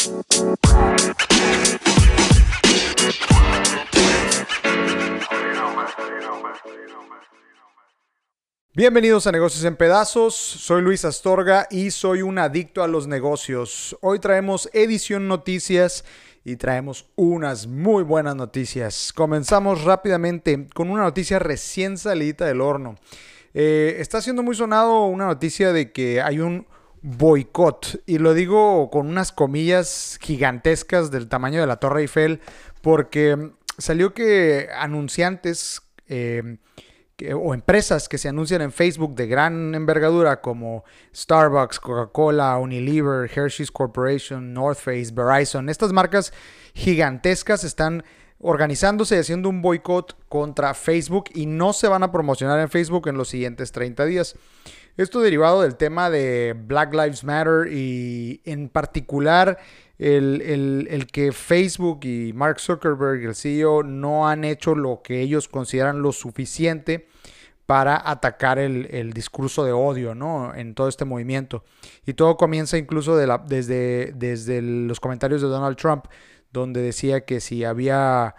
Bienvenidos a Negocios en Pedazos, soy Luis Astorga y soy un adicto a los negocios. Hoy traemos edición noticias y traemos unas muy buenas noticias. Comenzamos rápidamente con una noticia recién salida del horno. Está siendo muy sonado una noticia de que hay un boicot, y lo digo con unas comillas gigantescas del tamaño de la Torre Eiffel, porque salió que anunciantes o empresas que se anuncian en Facebook de gran envergadura como Starbucks, Coca-Cola, Unilever, Hershey's Corporation, North Face, Verizon, estas marcas gigantescas están organizándose y haciendo un boicot contra Facebook y no se van a promocionar en Facebook en los siguientes 30 días. Esto derivado del tema de Black Lives Matter y en particular el que Facebook y Mark Zuckerberg, el CEO, no han hecho lo que ellos consideran lo suficiente para atacar el discurso de odio, ¿no?, en todo este movimiento. Y todo comienza incluso desde los comentarios de Donald Trump, donde decía que si había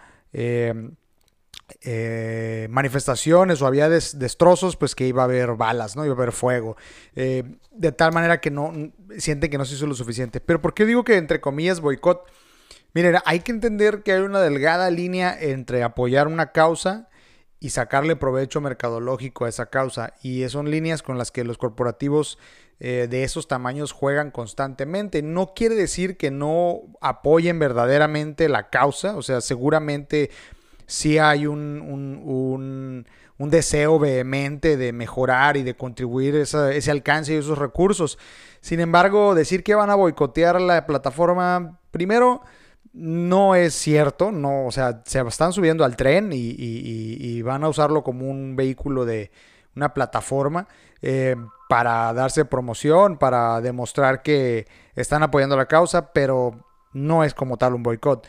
manifestaciones o había destrozos, pues que iba a haber balas, ¿no? Iba a haber fuego. De tal manera que no sienten que no se hizo lo suficiente. Pero ¿por qué digo que entre comillas boicot? Miren, hay que entender que hay una delgada línea entre apoyar una causa y sacarle provecho mercadológico a esa causa. Y son líneas con las que los corporativos de esos tamaños juegan constantemente. No quiere decir que no apoyen verdaderamente la causa. O sea, seguramente sí hay un deseo vehemente de mejorar y de contribuir ese alcance y esos recursos. Sin embargo, decir que van a boicotear la plataforma, primero, no es cierto. No, o sea, se están subiendo al tren y van a usarlo como un vehículo de una plataforma para darse promoción, para demostrar que están apoyando la causa, pero no es como tal un boicot.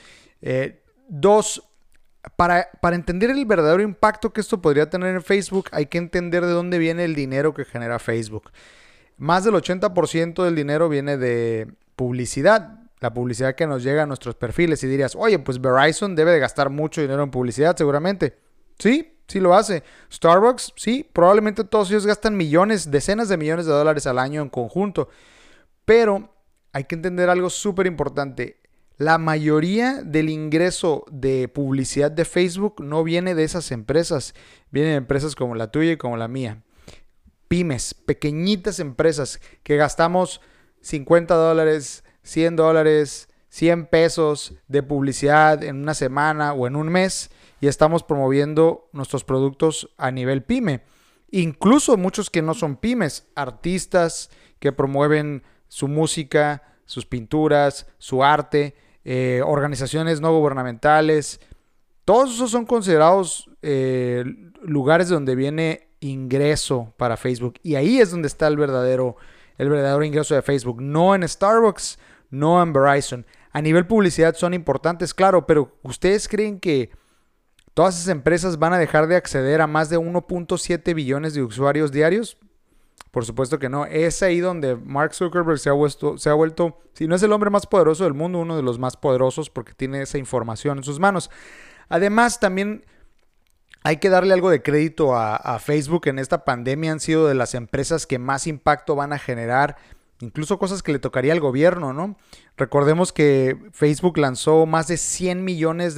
Dos, para entender el verdadero impacto que esto podría tener en Facebook, hay que entender de dónde viene el dinero que genera Facebook. Más del 80% del dinero viene de publicidad, la publicidad que nos llega a nuestros perfiles. Y dirías, oye, pues Verizon debe de gastar mucho dinero en publicidad, seguramente. Sí lo hace. Starbucks, sí, probablemente todos ellos gastan millones, decenas de millones de dólares al año en conjunto. Pero hay que entender algo súper importante. La mayoría del ingreso de publicidad de Facebook no viene de esas empresas. Vienen de empresas como la tuya y como la mía. Pymes, pequeñitas empresas que gastamos $50, $100, 100 pesos de publicidad en una semana o en un mes y estamos promoviendo nuestros productos a nivel pyme. Incluso muchos que no son pymes, artistas que promueven su música, sus pinturas, su arte, organizaciones no gubernamentales. Todos esos son considerados lugares donde viene ingreso para Facebook. Y ahí es donde está el verdadero ingreso de Facebook. No en Starbucks, no en Verizon. A nivel publicidad son importantes, claro, pero ¿ustedes creen que todas esas empresas van a dejar de acceder a más de 1.7 billones de usuarios diarios? Por supuesto que no. Es ahí donde Mark Zuckerberg se ha vuelto, si no es el hombre más poderoso del mundo, uno de los más poderosos, porque tiene esa información en sus manos. Además, también hay que darle algo de crédito a Facebook. En esta pandemia han sido de las empresas que más impacto van a generar, incluso cosas que le tocaría al gobierno, ¿no? Recordemos que Facebook lanzó más de $100 millones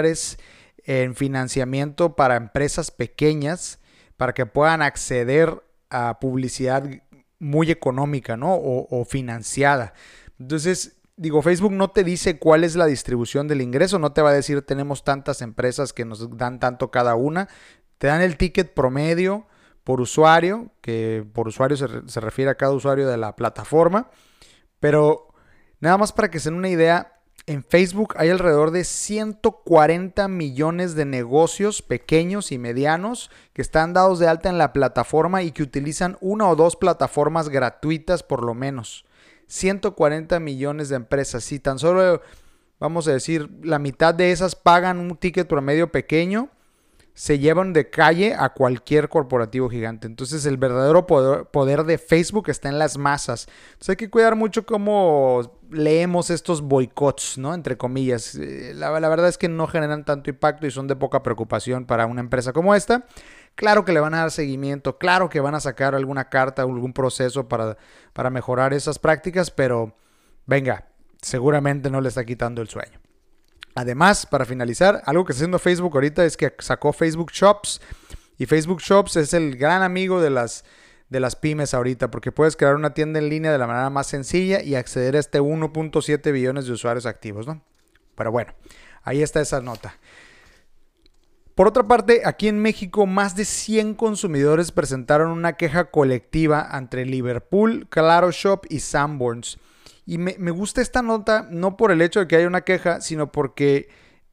en financiamiento para empresas pequeñas para que puedan acceder a publicidad muy económica, ¿no? O financiada. Entonces, digo, Facebook no te dice cuál es la distribución del ingreso, no te va a decir tenemos tantas empresas que nos dan tanto cada una. Te dan el ticket promedio por usuario, que por usuario se refiere a cada usuario de la plataforma. Pero nada más para que se den una idea, en Facebook hay alrededor de 140 millones de negocios pequeños y medianos que están dados de alta en la plataforma y que utilizan una o dos plataformas gratuitas por lo menos. 140 millones de empresas. Si tan solo, vamos a decir, la mitad de esas pagan un ticket promedio pequeño, se llevan de calle a cualquier corporativo gigante. Entonces el verdadero poder de Facebook está en las masas. Entonces hay que cuidar mucho cómo leemos estos boicots, ¿no? Entre comillas. La verdad es que no generan tanto impacto y son de poca preocupación para una empresa como esta. Claro que le van a dar seguimiento, claro que van a sacar alguna carta o algún proceso para mejorar esas prácticas, pero venga, seguramente no le está quitando el sueño. Además, para finalizar, algo que está haciendo Facebook ahorita es que sacó Facebook Shops. Y Facebook Shops es el gran amigo de las pymes ahorita, porque puedes crear una tienda en línea de la manera más sencilla y acceder a 1.7 billones de usuarios activos, ¿no? Pero bueno, ahí está esa nota. Por otra parte, aquí en México, más de 100 consumidores presentaron una queja colectiva entre Liverpool, Claro Shop y Sanborns. Y me gusta esta nota no por el hecho de que haya una queja, sino porque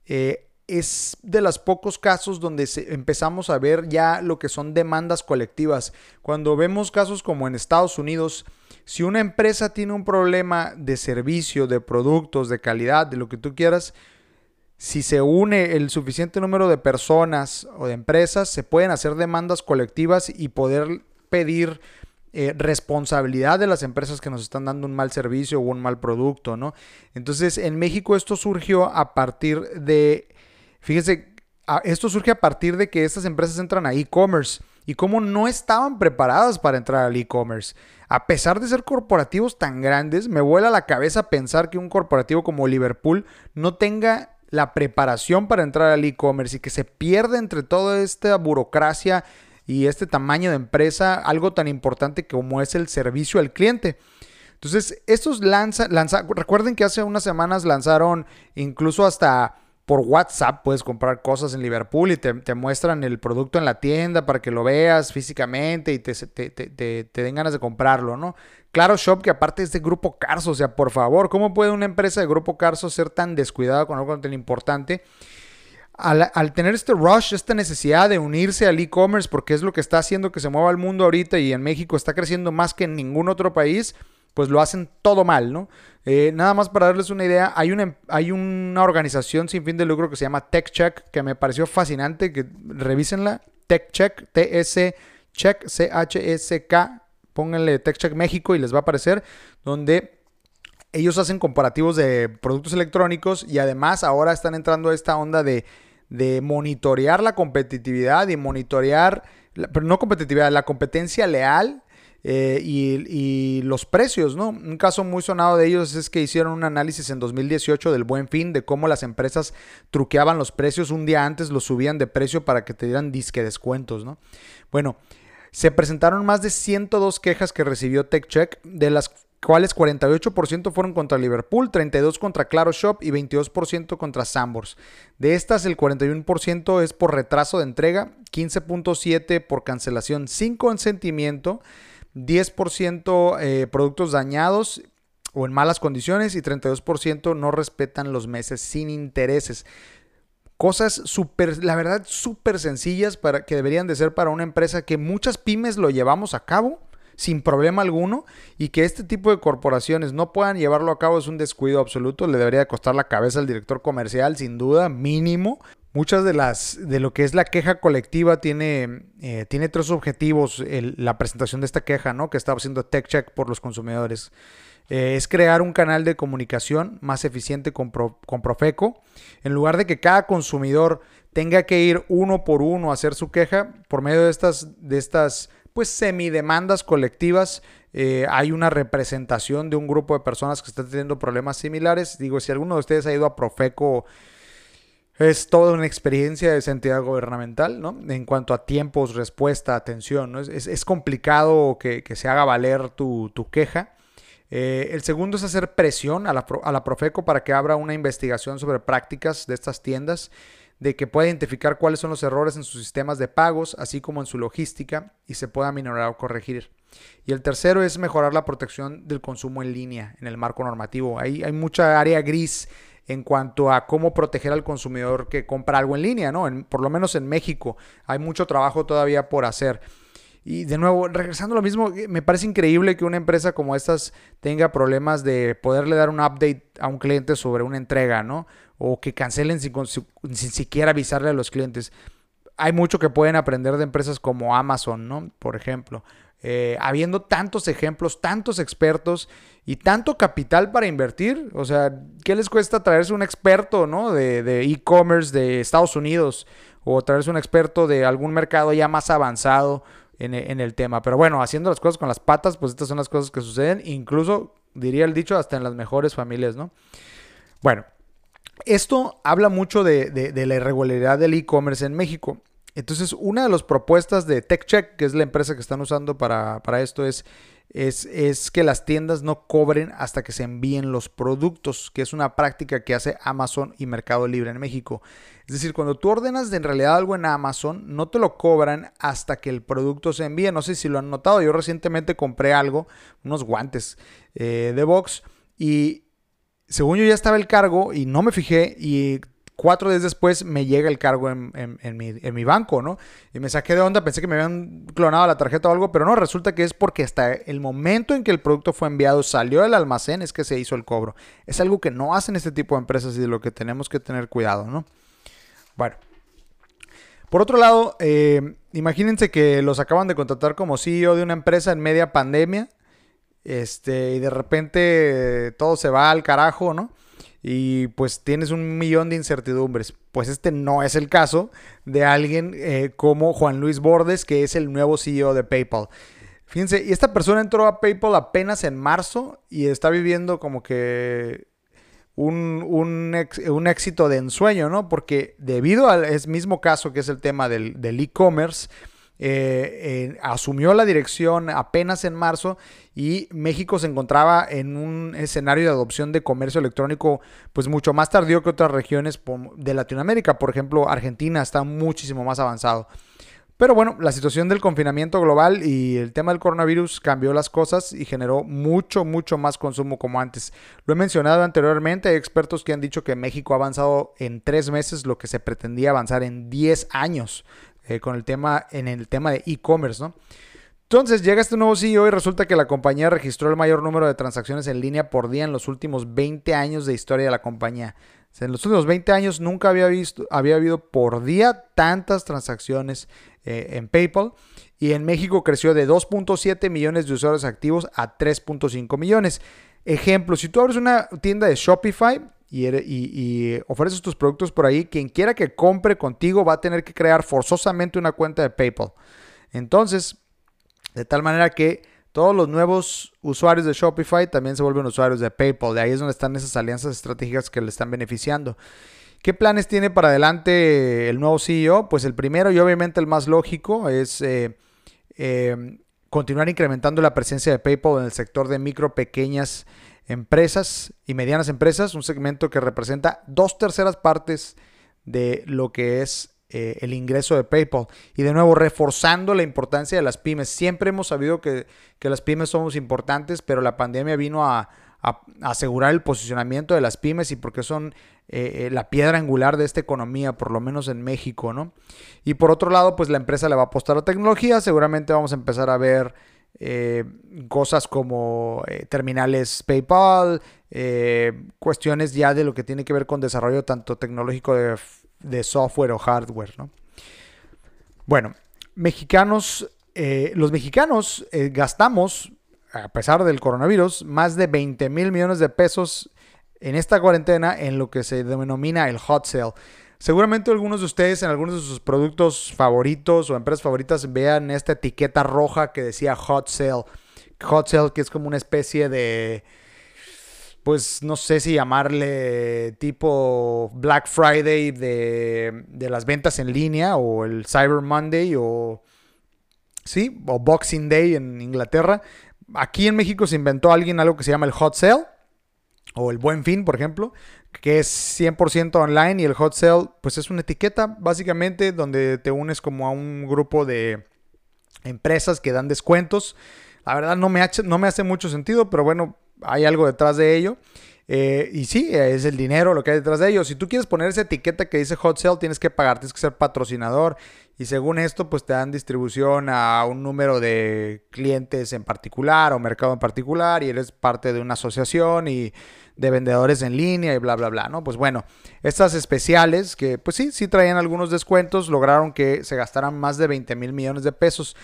es de los pocos casos donde empezamos a ver ya lo que son demandas colectivas. Cuando vemos casos como en Estados Unidos, si una empresa tiene un problema de servicio, de productos, de calidad, de lo que tú quieras, si se une el suficiente número de personas o de empresas, se pueden hacer demandas colectivas y poder pedir responsabilidad de las empresas que nos están dando un mal servicio o un mal producto, ¿no? Entonces, en México esto surgió a partir de, fíjense, esto surge a partir de que estas empresas entran a e-commerce y cómo no estaban preparadas para entrar al e-commerce. A pesar de ser corporativos tan grandes, me vuela la cabeza pensar que un corporativo como Liverpool no tenga la preparación para entrar al e-commerce y que se pierda entre toda esta burocracia y este tamaño de empresa, algo tan importante como es el servicio al cliente. Entonces, estos recuerden que hace unas semanas lanzaron incluso hasta por WhatsApp, puedes comprar cosas en Liverpool y te muestran el producto en la tienda para que lo veas físicamente y te den ganas de comprarlo, ¿no? Claro Shop, que aparte es de Grupo Carso, o sea, por favor, ¿cómo puede una empresa de Grupo Carso ser tan descuidada con algo tan importante? Al tener este rush, esta necesidad de unirse al e-commerce, porque es lo que está haciendo que se mueva el mundo ahorita y en México está creciendo más que en ningún otro país, pues lo hacen todo mal, ¿no? Nada más para darles una idea, hay una organización sin fin de lucro que se llama TechCheck, que me pareció fascinante, que revísenla, TechCheck, T-S-Check, C-H-S-K, pónganle TechCheck México y les va a aparecer, donde ellos hacen comparativos de productos electrónicos y además ahora están entrando a esta onda de monitorear la competitividad y monitorear, pero no competitividad, la competencia leal y los precios, ¿no? Un caso muy sonado de ellos es que hicieron un análisis en 2018 del Buen Fin de cómo las empresas truqueaban los precios un día antes, los subían de precio para que te dieran disque descuentos, ¿no? Bueno, se presentaron más de 102 quejas que recibió TechCheck, de las cuales 48% fueron contra Liverpool, 32% contra Claro Shop y 22% contra Sanborns. De estas, el 41% es por retraso de entrega, 15.7% por cancelación sin consentimiento, 10% productos dañados o en malas condiciones y 32% no respetan los meses sin intereses. Cosas la verdad, súper sencillas que deberían de ser para una empresa que muchas pymes lo llevamos a cabo sin problema alguno, y que este tipo de corporaciones no puedan llevarlo a cabo es un descuido absoluto. Le debería costar la cabeza al director comercial, sin duda, mínimo. Muchas de lo que es la queja colectiva tiene 3 objetivos, la presentación de esta queja, ¿no?, que está haciendo TechCheck por los consumidores. Es crear un canal de comunicación más eficiente con Profeco. En lugar de que cada consumidor tenga que ir uno por uno a hacer su queja, por medio de estas pues semidemandas colectivas, hay una representación de un grupo de personas que están teniendo problemas similares. Digo, si alguno de ustedes ha ido a Profeco, es toda una experiencia de esa entidad gubernamental, ¿no? En cuanto a tiempos, respuesta, atención, ¿no? Es complicado que se haga valer tu queja. El segundo es hacer presión a la Profeco para que abra una investigación sobre prácticas de estas tiendas, de que pueda identificar cuáles son los errores en sus sistemas de pagos, así como en su logística, y se pueda minorar o corregir. Y el tercero es mejorar la protección del consumo en línea en el marco normativo. Hay mucha área gris en cuanto a cómo proteger al consumidor que compra algo en línea, ¿no? Por lo menos en México hay mucho trabajo todavía por hacer. Y de nuevo, regresando a lo mismo, me parece increíble que una empresa como estas tenga problemas de poderle dar un update a un cliente sobre una entrega, ¿no? O que cancelen sin siquiera avisarle a los clientes. hay mucho que pueden aprender de empresas como Amazon, ¿no? Por ejemplo, habiendo tantos ejemplos, tantos expertos y tanto capital para invertir. O sea, ¿qué les cuesta traerse un experto, ¿no? de e-commerce de Estados Unidos o traerse un experto de algún mercado ya más avanzado en el tema? Pero bueno, haciendo las cosas con las patas, pues estas son las cosas que suceden, incluso, diría el dicho, hasta en las mejores familias, ¿no? Bueno, esto habla mucho de la irregularidad del e-commerce en México. Entonces, una de las propuestas de TechCheck, que es la empresa que están usando para esto, es que las tiendas no cobren hasta que se envíen los productos, que es una práctica que hace Amazon y Mercado Libre en México. Es decir, cuando tú ordenas en realidad algo en Amazon, no te lo cobran hasta que el producto se envíe. No sé si lo han notado. Yo recientemente compré algo, unos guantes de box, y según yo ya estaba el cargo y no me fijé, y 4 días después me llega el cargo en mi banco, ¿no? Y me saqué de onda, pensé que me habían clonado la tarjeta o algo, pero no, resulta que es porque hasta el momento en que el producto fue enviado, salió del almacén, es que se hizo el cobro. Es algo que no hacen este tipo de empresas y de lo que tenemos que tener cuidado, ¿no? Bueno. Por otro lado, imagínense que los acaban de contratar como CEO de una empresa en media pandemia. Y de repente todo se va al carajo, ¿no? Y pues tienes 1 millón de incertidumbres. Pues este no es el caso de alguien como Juan Luis Bordes, que es el nuevo CEO de PayPal. Fíjense, y esta persona entró a PayPal apenas en marzo y está viviendo como que un éxito de ensueño, ¿no? Porque debido al mismo caso que es el tema del e-commerce, asumió la dirección apenas en marzo y México se encontraba en un escenario de adopción de comercio electrónico pues mucho más tardío que otras regiones de Latinoamérica. Por ejemplo, Argentina está muchísimo más avanzado. Pero bueno, la situación del confinamiento global y el tema del coronavirus cambió las cosas y generó mucho más consumo como antes. Lo he mencionado anteriormente, hay expertos que han dicho que México ha avanzado en 3 meses lo que se pretendía avanzar en 10 años. En el tema de e-commerce, ¿no? Entonces llega este nuevo CEO y resulta que la compañía registró el mayor número de transacciones en línea por día en los últimos 20 años de historia de la compañía. O sea, en los últimos 20 años nunca había habido por día tantas transacciones en PayPal, y en México creció de 2.7 millones de usuarios activos a 3.5 millones. Ejemplo, si tú abres una tienda de Shopify y ofreces tus productos por ahí, quien quiera que compre contigo va a tener que crear forzosamente una cuenta de PayPal. Entonces, de tal manera que todos los nuevos usuarios de Shopify también se vuelven usuarios de PayPal. De ahí es donde están esas alianzas estratégicas que le están beneficiando. ¿Qué planes tiene para adelante el nuevo CEO? Pues el primero y obviamente el más lógico es continuar incrementando la presencia de PayPal en el sector de micro, pequeñas empresas y medianas empresas, un segmento que representa 2/3 partes de lo que es el ingreso de PayPal. Y de nuevo, reforzando la importancia de las pymes. Siempre hemos sabido que las pymes somos importantes, pero la pandemia vino a asegurar el posicionamiento de las pymes y porque son la piedra angular de esta economía, por lo menos en México, ¿no? Y por otro lado, pues la empresa le va a apostar a tecnología. Seguramente vamos a empezar a ver cosas como terminales PayPal, cuestiones ya de lo que tiene que ver con desarrollo tanto tecnológico de software o hardware, ¿no? Bueno, los mexicanos gastamos, a pesar del coronavirus, más de 20 mil millones de pesos en esta cuarentena en lo que se denomina el hot sale. Seguramente algunos de ustedes en algunos de sus productos favoritos o empresas favoritas vean esta etiqueta roja que decía hot sale. Hot sale, que es como una especie de, pues no sé si llamarle tipo Black Friday de las ventas en línea, o el Cyber Monday, o Boxing Day en Inglaterra. Aquí en México se inventó algo que se llama el hot sale, o el Buen Fin, por ejemplo, que es 100% online, y el hot sale pues es una etiqueta básicamente donde te unes como a un grupo de empresas que dan descuentos. La verdad no me hace mucho sentido, pero bueno, hay algo detrás de ello. Y sí, es el dinero lo que hay detrás de ello. Si tú quieres poner esa etiqueta que dice hot sale, tienes que pagar, tienes que ser patrocinador, y según esto pues te dan distribución a un número de clientes en particular o mercado en particular, y eres parte de una asociación y de vendedores en línea y bla, bla, bla, ¿no? Pues bueno, estas especiales que pues sí traían algunos descuentos, lograron que se gastaran más de 20 mil millones de pesos.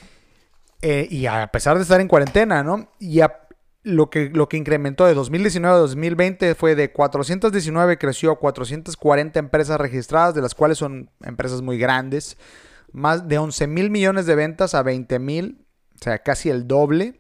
Y a pesar de estar en cuarentena, ¿no? Lo que incrementó de 2019 a 2020 fue de 419, creció a 440 empresas registradas, de las cuales son empresas muy grandes. Más de 11 mil millones de ventas a 20 mil, o sea, casi el doble.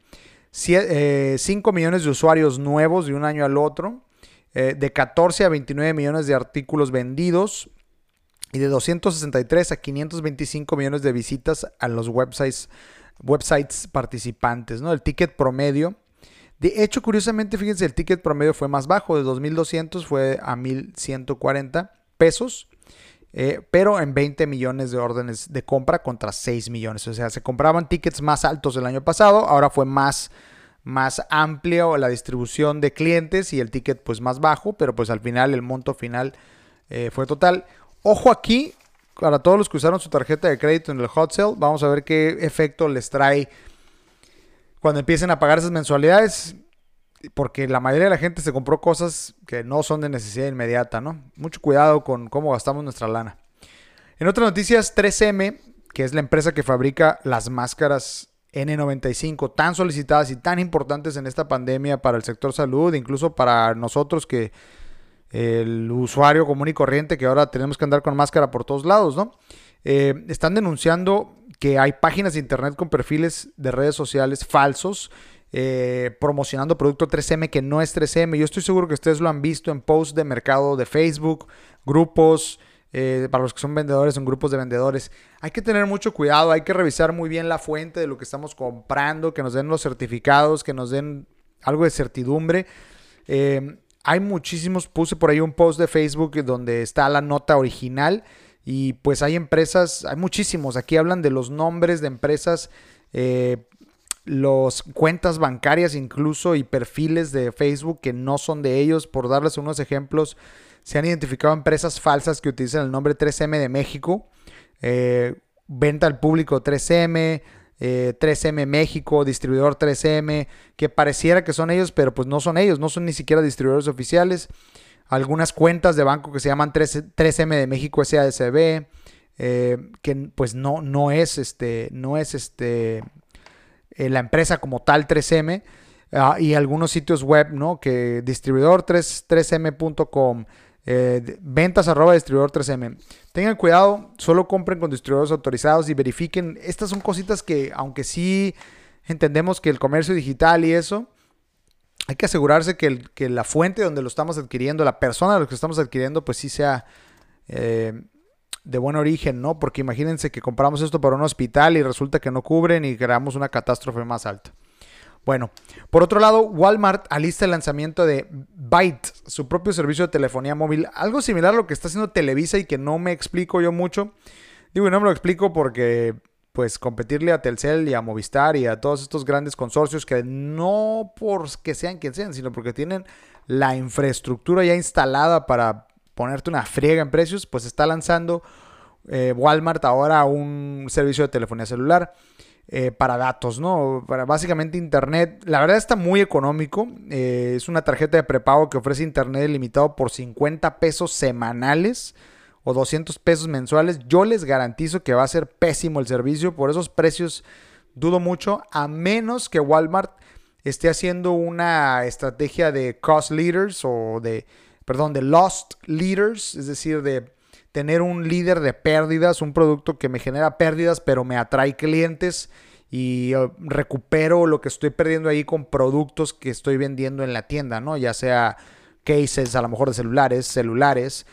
5 millones de usuarios nuevos de un año al otro. De 14 a 29 millones de artículos vendidos. Y de 263 a 525 millones de visitas a los websites participantes, ¿no? El ticket promedio. De hecho, curiosamente, fíjense, el ticket promedio fue más bajo. De 2.200 fue a 1.140 pesos. Pero en 20 millones de órdenes de compra contra 6 millones. O sea, se compraban tickets más altos el año pasado. Ahora fue más amplio la distribución de clientes y el ticket pues más bajo. Pero pues al final el monto final fue total. Ojo aquí, para todos los que usaron su tarjeta de crédito en el hot sale, vamos a ver qué efecto les trae cuando empiecen a pagar esas mensualidades, porque la mayoría de la gente se compró cosas que no son de necesidad inmediata, ¿no? Mucho cuidado con cómo gastamos nuestra lana. En otras noticias, 3M, que es la empresa que fabrica las máscaras N95 tan solicitadas y tan importantes en esta pandemia para el sector salud, incluso para nosotros que el usuario común y corriente que ahora tenemos que andar con máscara por todos lados, ¿no? Están denunciando que hay páginas de internet con perfiles de redes sociales falsos promocionando producto 3M que no es 3M. Yo estoy seguro que ustedes lo han visto en posts de mercado de Facebook, grupos, para los que son vendedores, en grupos de vendedores. Hay que tener mucho cuidado, hay que revisar muy bien la fuente de lo que estamos comprando, que nos den los certificados, que nos den algo de certidumbre. Hay muchísimos, puse por ahí un post de Facebook donde está la nota original y pues hay empresas, hay muchísimos, aquí hablan de los nombres de empresas, los cuentas bancarias incluso y perfiles de Facebook que no son de ellos. Por darles unos ejemplos, se han identificado empresas falsas que utilizan el nombre 3M de México, venta al público 3M, 3M México, distribuidor 3M, que pareciera que son ellos, pero pues no son ellos, no son ni siquiera distribuidores oficiales. Algunas cuentas de banco que se llaman 3M de México SASB, que pues no es la empresa como tal 3M, y algunos sitios web, ¿no? Que distribuidor 3m.com, ventas @ distribuidor 3M. Tengan cuidado, solo compren con distribuidores autorizados y verifiquen. Estas son cositas que, aunque sí entendemos que el comercio digital y eso, hay que asegurarse que la fuente donde lo estamos adquiriendo, la persona de lo que estamos adquiriendo, pues sí sea de buen origen, ¿no? Porque imagínense que compramos esto para un hospital y resulta que no cubren y creamos una catástrofe más alta. Bueno, por otro lado, Walmart alista el lanzamiento de Byte, su propio servicio de telefonía móvil. Algo similar a lo que está haciendo Televisa y que no me explico yo mucho. Digo, y no me lo explico porque pues competirle a Telcel y a Movistar y a todos estos grandes consorcios que no porque sean quien sean, sino porque tienen la infraestructura ya instalada para ponerte una friega en precios, pues está lanzando Walmart ahora un servicio de telefonía celular para datos, ¿no? Para básicamente internet. La verdad está muy económico. Es una tarjeta de prepago que ofrece internet limitado por 50 pesos semanales o 200 pesos mensuales. Yo les garantizo que va a ser pésimo el servicio. Por esos precios dudo mucho, a menos que Walmart esté haciendo una estrategia de cost leaders o de lost leaders, es decir, de tener un líder de pérdidas, un producto que me genera pérdidas pero me atrae clientes y recupero lo que estoy perdiendo ahí con productos que estoy vendiendo en la tienda, ¿no? Ya sea cases a lo mejor de celulares,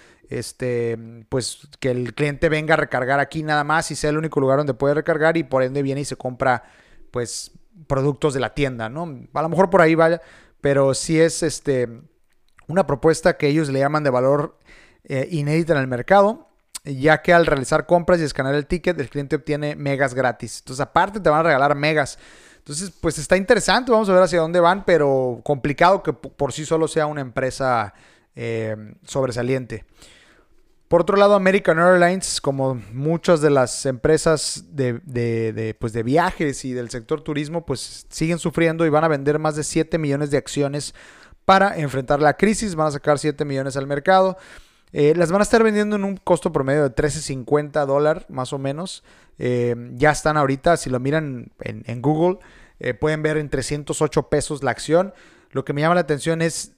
pues que el cliente venga a recargar aquí nada más y sea el único lugar donde puede recargar y por ende viene y se compra pues productos de la tienda, ¿no? A lo mejor por ahí vaya, pero sí es una propuesta que ellos le llaman de valor inédita en el mercado, ya que al realizar compras y escanear el ticket, el cliente obtiene megas gratis. Entonces, aparte te van a regalar megas. Entonces, pues está interesante. Vamos a ver hacia dónde van, pero complicado que por sí solo sea una empresa sobresaliente. Por otro lado, American Airlines, como muchas de las empresas de viajes y del sector turismo, pues siguen sufriendo y van a vender más de 7 millones de acciones para enfrentar la crisis. Van a sacar 7 millones al mercado. Las van a estar vendiendo en un costo promedio de $13.50 más o menos. Ya están ahorita, si lo miran en Google, pueden ver en 308 pesos la acción. Lo que me llama la atención es,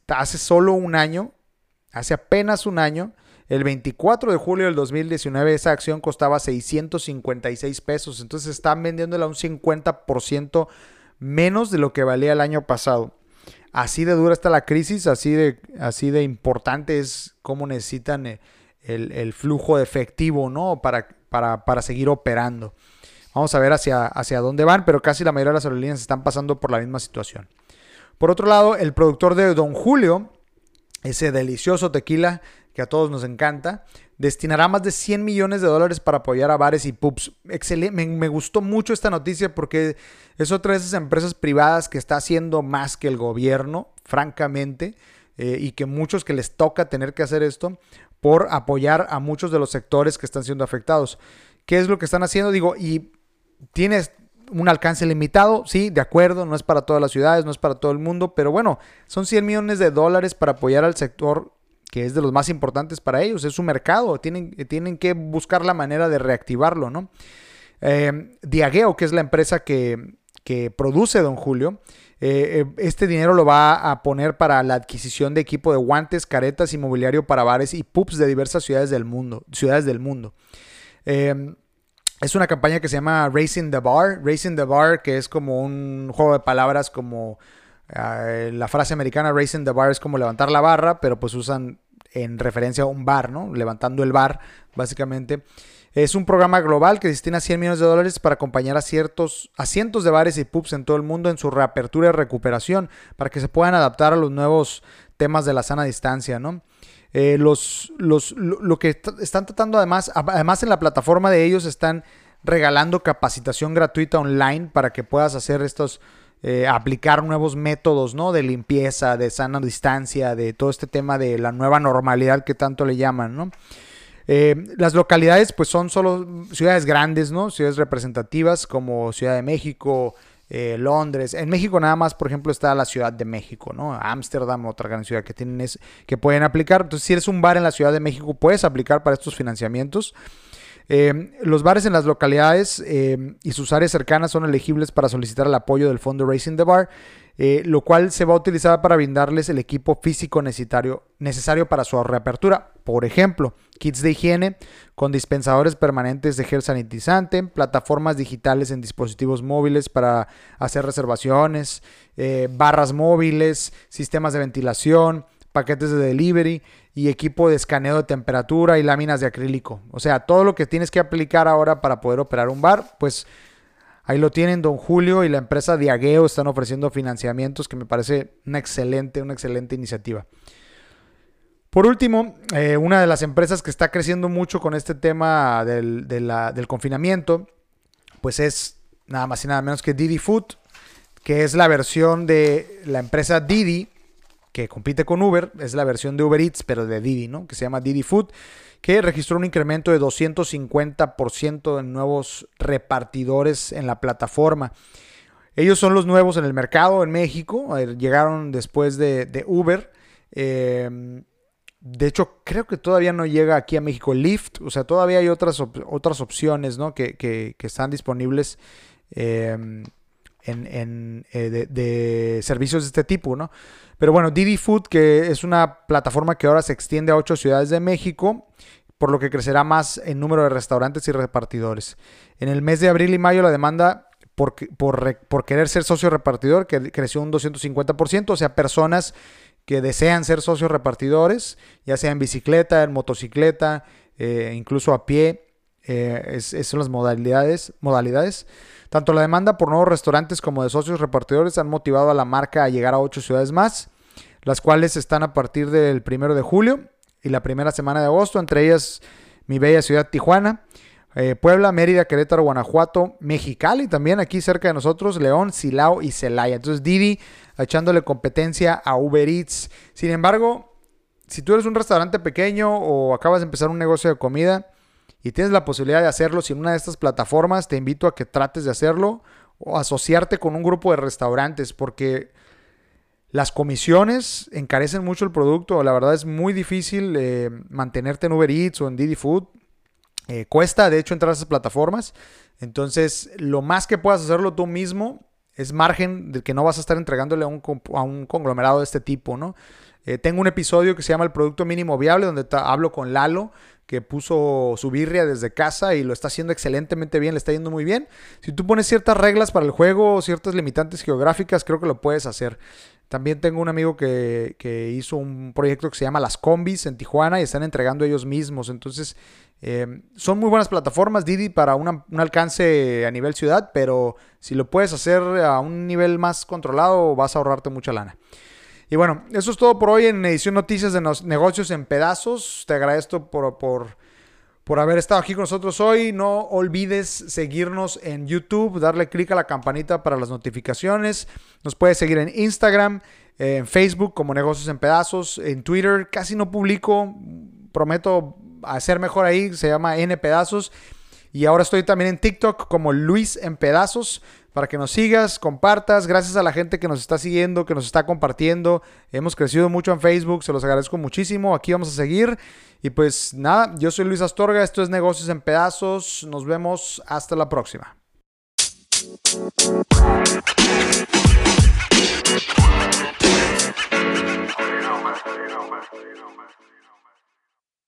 hace apenas un año, el 24 de julio del 2019, esa acción costaba 656 pesos. Entonces están vendiéndola un 50% menos de lo que valía el año pasado. Así de dura está la crisis, así de importante es cómo necesitan el flujo de efectivo, ¿no? Para seguir operando. Vamos a ver hacia dónde van, pero casi la mayoría de las aerolíneas están pasando por la misma situación. Por otro lado, el productor de Don Julio, ese delicioso tequila que a todos nos encanta, destinará más de $100 millones para apoyar a bares y pubs. Excelente, me gustó mucho esta noticia porque es otra de esas empresas privadas que está haciendo más que el gobierno, francamente, y que muchos que les toca tener que hacer esto por apoyar a muchos de los sectores que están siendo afectados. ¿Qué es lo que están haciendo? Y tienes un alcance limitado, sí, de acuerdo, no es para todas las ciudades, no es para todo el mundo, pero bueno, son $100 millones para apoyar al sector que es de los más importantes para ellos, es su mercado, tienen que buscar la manera de reactivarlo, ¿no? Diageo, que es la empresa que produce Don Julio, este dinero lo va a poner para la adquisición de equipo de guantes, caretas y mobiliario para bares y pubs de diversas ciudades del mundo. Es una campaña que se llama Raising the Bar, que es como un juego de palabras como la frase americana Raising the Bar es como levantar la barra, pero pues usan en referencia a un bar, ¿no? Levantando el bar, básicamente. Es un programa global que destina $100 millones para acompañar a cientos de bares y pubs en todo el mundo en su reapertura y recuperación, para que se puedan adaptar a los nuevos temas de la sana distancia, ¿no? Lo que están tratando además en la plataforma de ellos están regalando capacitación gratuita online para que puedas hacer aplicar nuevos métodos, ¿no? De limpieza, de sana distancia, de todo este tema de la nueva normalidad que tanto le llaman, ¿no? Las localidades pues son solo ciudades grandes, ¿no? Ciudades representativas como Ciudad de México, Londres. En México nada más, por ejemplo, está la Ciudad de México, ¿no? Ámsterdam, otra gran ciudad que pueden aplicar. Entonces, si eres un bar en la Ciudad de México, puedes aplicar para estos financiamientos. Los bares en las localidades y sus áreas cercanas son elegibles para solicitar el apoyo del fondo Raising the Bar, lo cual se va a utilizar para brindarles el equipo físico necesario para su reapertura. Por ejemplo, kits de higiene con dispensadores permanentes de gel sanitizante, plataformas digitales en dispositivos móviles para hacer reservaciones, barras móviles, sistemas de ventilación, paquetes de delivery y equipo de escaneo de temperatura y láminas de acrílico. O sea, todo lo que tienes que aplicar ahora para poder operar un bar, pues ahí lo tienen. Don Julio y la empresa Diageo están ofreciendo financiamientos que me parece una excelente iniciativa. Por último, una de las empresas que está creciendo mucho con este tema del confinamiento, pues es nada más y nada menos que Didi Food, que es la versión de la empresa Didi, que compite con Uber, es la versión de Uber Eats, pero de Didi, ¿no? Que se llama Didi Food, que registró un incremento de 250% en nuevos repartidores en la plataforma. Ellos son los nuevos en el mercado en México, llegaron después de Uber. De hecho, creo que todavía no llega aquí a México Lyft, o sea, todavía hay otras opciones, ¿no? que están disponibles de servicios de este tipo, ¿no? Pero bueno, Didi Food, que es una plataforma que ahora se extiende a 8 ciudades de México, por lo que crecerá más en número de restaurantes y repartidores. En el mes de abril y mayo la demanda por querer ser socio repartidor que creció un 250%, o sea, personas que desean ser socios repartidores, ya sea en bicicleta, en motocicleta, incluso a pie, son las modalidades. Tanto la demanda por nuevos restaurantes como de socios repartidores han motivado a la marca a llegar a 8 ciudades más, las cuales están a partir del 1 de julio y la primera semana de agosto, entre ellas mi bella ciudad Tijuana, Puebla, Mérida, Querétaro, Guanajuato, Mexicali también aquí cerca de nosotros, León, Silao y Celaya. Entonces Didi echándole competencia a Uber Eats. Sin embargo, si tú eres un restaurante pequeño o acabas de empezar un negocio de comida y tienes la posibilidad de hacerlo sin una de estas plataformas, te invito a que trates de hacerlo o asociarte con un grupo de restaurantes, porque Las comisiones encarecen mucho el producto. La verdad es muy difícil mantenerte en Uber Eats o en Didi Food. Cuesta, de hecho, entrar a esas plataformas. Entonces, lo más que puedas hacerlo tú mismo es margen de que no vas a estar entregándole a un conglomerado de este tipo, ¿no? Tengo un episodio que se llama El Producto Mínimo Viable, donde hablo con Lalo, que puso su birria desde casa y lo está haciendo excelentemente bien, le está yendo muy bien. Si tú pones ciertas reglas para el juego, ciertas limitantes geográficas, creo que lo puedes hacer. También tengo un amigo que hizo un proyecto que se llama Las Combis en Tijuana y están entregando ellos mismos. Entonces, son muy buenas plataformas. Didi para un alcance a nivel ciudad, pero si lo puedes hacer a un nivel más controlado, vas a ahorrarte mucha lana. Y bueno, eso es todo por hoy en Edición Noticias de Negocios en Pedazos. Te agradezco por haber estado aquí con nosotros hoy. No olvides seguirnos en YouTube, darle clic a la campanita para las notificaciones. Nos puedes seguir en Instagram, en Facebook como Negocios en Pedazos, en Twitter. Casi no publico, prometo hacer mejor ahí, se llama N Pedazos. Y ahora estoy también en TikTok como Luis en Pedazos, para que nos sigas, compartas. Gracias a la gente que nos está siguiendo, que nos está compartiendo. Hemos crecido mucho en Facebook, se los agradezco muchísimo. Aquí vamos a seguir. Y pues nada, yo soy Luis Astorga, esto es Negocios en Pedazos. Nos vemos hasta la próxima.